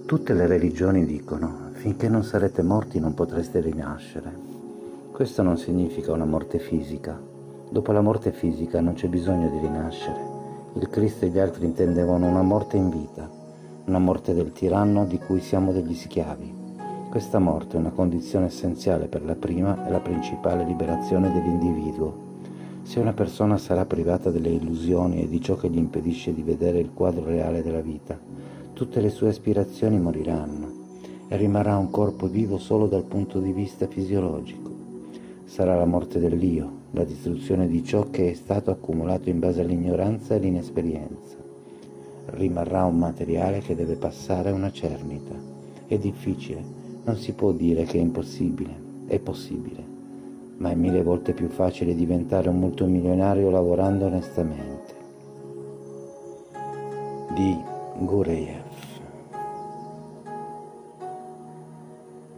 Tutte le religioni dicono: finché non sarete morti non potreste rinascere. Questo non significa una morte fisica. Dopo la morte fisica non c'è bisogno di rinascere. Il Cristo e gli altri intendevano una morte in vita, una morte del tiranno di cui siamo degli schiavi. Questa morte è una condizione essenziale per la prima e la principale liberazione dell'individuo. Se una persona sarà privata delle illusioni e di ciò che gli impedisce di vedere il quadro reale della vita, tutte le sue aspirazioni moriranno e rimarrà un corpo vivo solo dal punto di vista fisiologico. Sarà la morte dell'io, la distruzione di ciò che è stato accumulato in base all'ignoranza e l'inesperienza. Rimarrà un materiale che deve passare a una cernita. È difficile, non si può dire che è impossibile, è possibile, ma è 1000 volte più facile diventare un multimilionario lavorando onestamente. Di Gureyev.